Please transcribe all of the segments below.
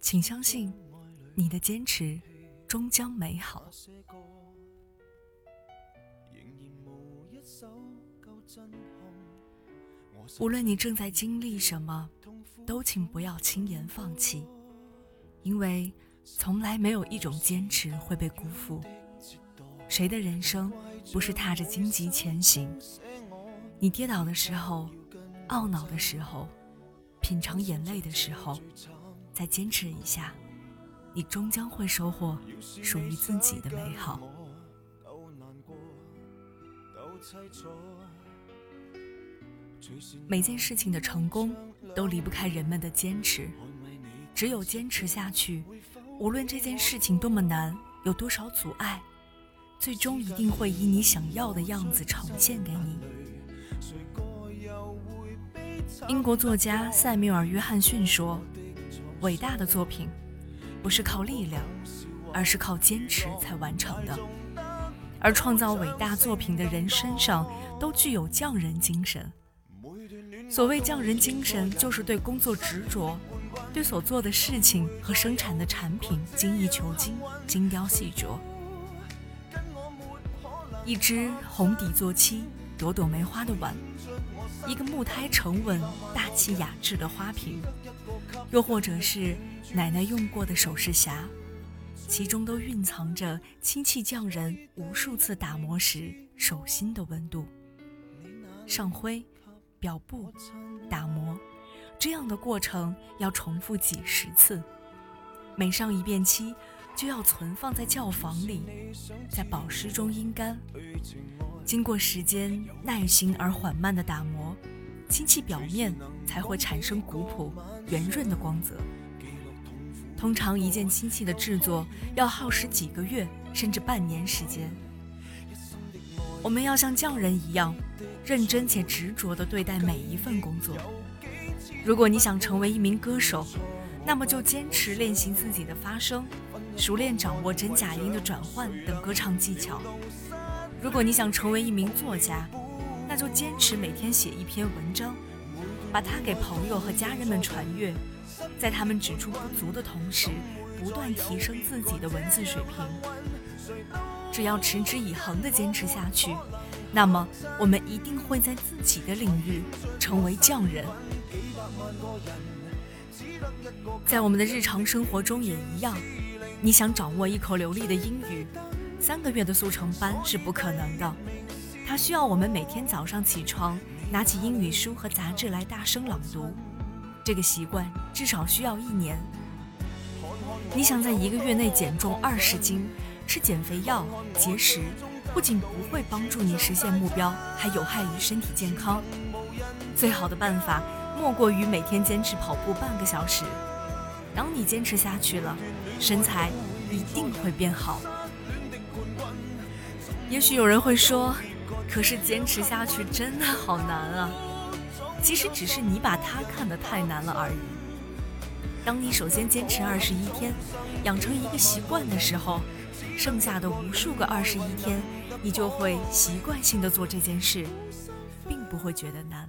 请相信，你的坚持终将美好。无论你正在经历什么，都请不要轻言放弃，因为从来没有一种坚持会被辜负。谁的人生不是踏着荆棘前行？你跌倒的时候，懊恼的时候，品尝眼泪的时候，再坚持一下，你终将会收获属于自己的美好。每件事情的成功都离不开人们的坚持，只有坚持下去，无论这件事情多么难，有多少阻碍，最终一定会以你想要的样子呈现给你。英国作家塞缪尔·约翰逊说，伟大的作品不是靠力量，而是靠坚持才完成的。而创造伟大作品的人身上都具有匠人精神。所谓匠人精神，就是对工作执着，对所做的事情和生产的产品精益求精，精雕细琢。一只红底做漆、朵朵梅花的碗，一个木胎沉稳、大气雅致的花瓶，又或者是奶奶用过的首饰匣，其中都蕴藏着亲戚匠人无数次打磨时手心的温度。上灰、表布、打磨，这样的过程要重复几十次，每上一遍漆就要存放在窖房里，在保湿中阴干。经过时间耐心而缓慢的打磨，漆器表面才会产生古朴圆润的光泽。通常一件漆器的制作要耗时几个月甚至半年时间。我们要像匠人一样认真且执着地对待每一份工作。如果你想成为一名歌手，那么就坚持练习自己的发声，熟练掌握真假音的转换等歌唱技巧。如果你想成为一名作家，那就坚持每天写一篇文章，把它给朋友和家人们传阅，在他们指出不足的同时，不断提升自己的文字水平。只要持之以恒地坚持下去，那么我们一定会在自己的领域成为匠人。在我们的日常生活中也一样，你想掌握一口流利的英语，3个月的速成班是不可能的。它需要我们每天早上起床，拿起英语书和杂志来大声朗读。这个习惯至少需要1年。你想在1个月内减重20斤，吃减肥药、节食，不仅不会帮助你实现目标，还有害于身体健康。最好的办法莫过于每天坚持跑步半个小时。当你坚持下去了，身材一定会变好。也许有人会说，可是坚持下去真的好难啊。其实只是你把它看得太难了而已。当你首先坚持21天，养成一个习惯的时候，剩下的无数个21天，你就会习惯性地做这件事，并不会觉得难。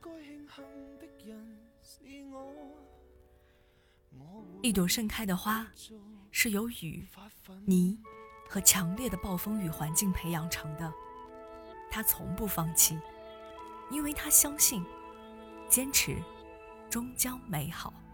一朵盛开的花是由雨、泥和强烈的暴风雨环境培养成的，它从不放弃，因为它相信坚持终将美好。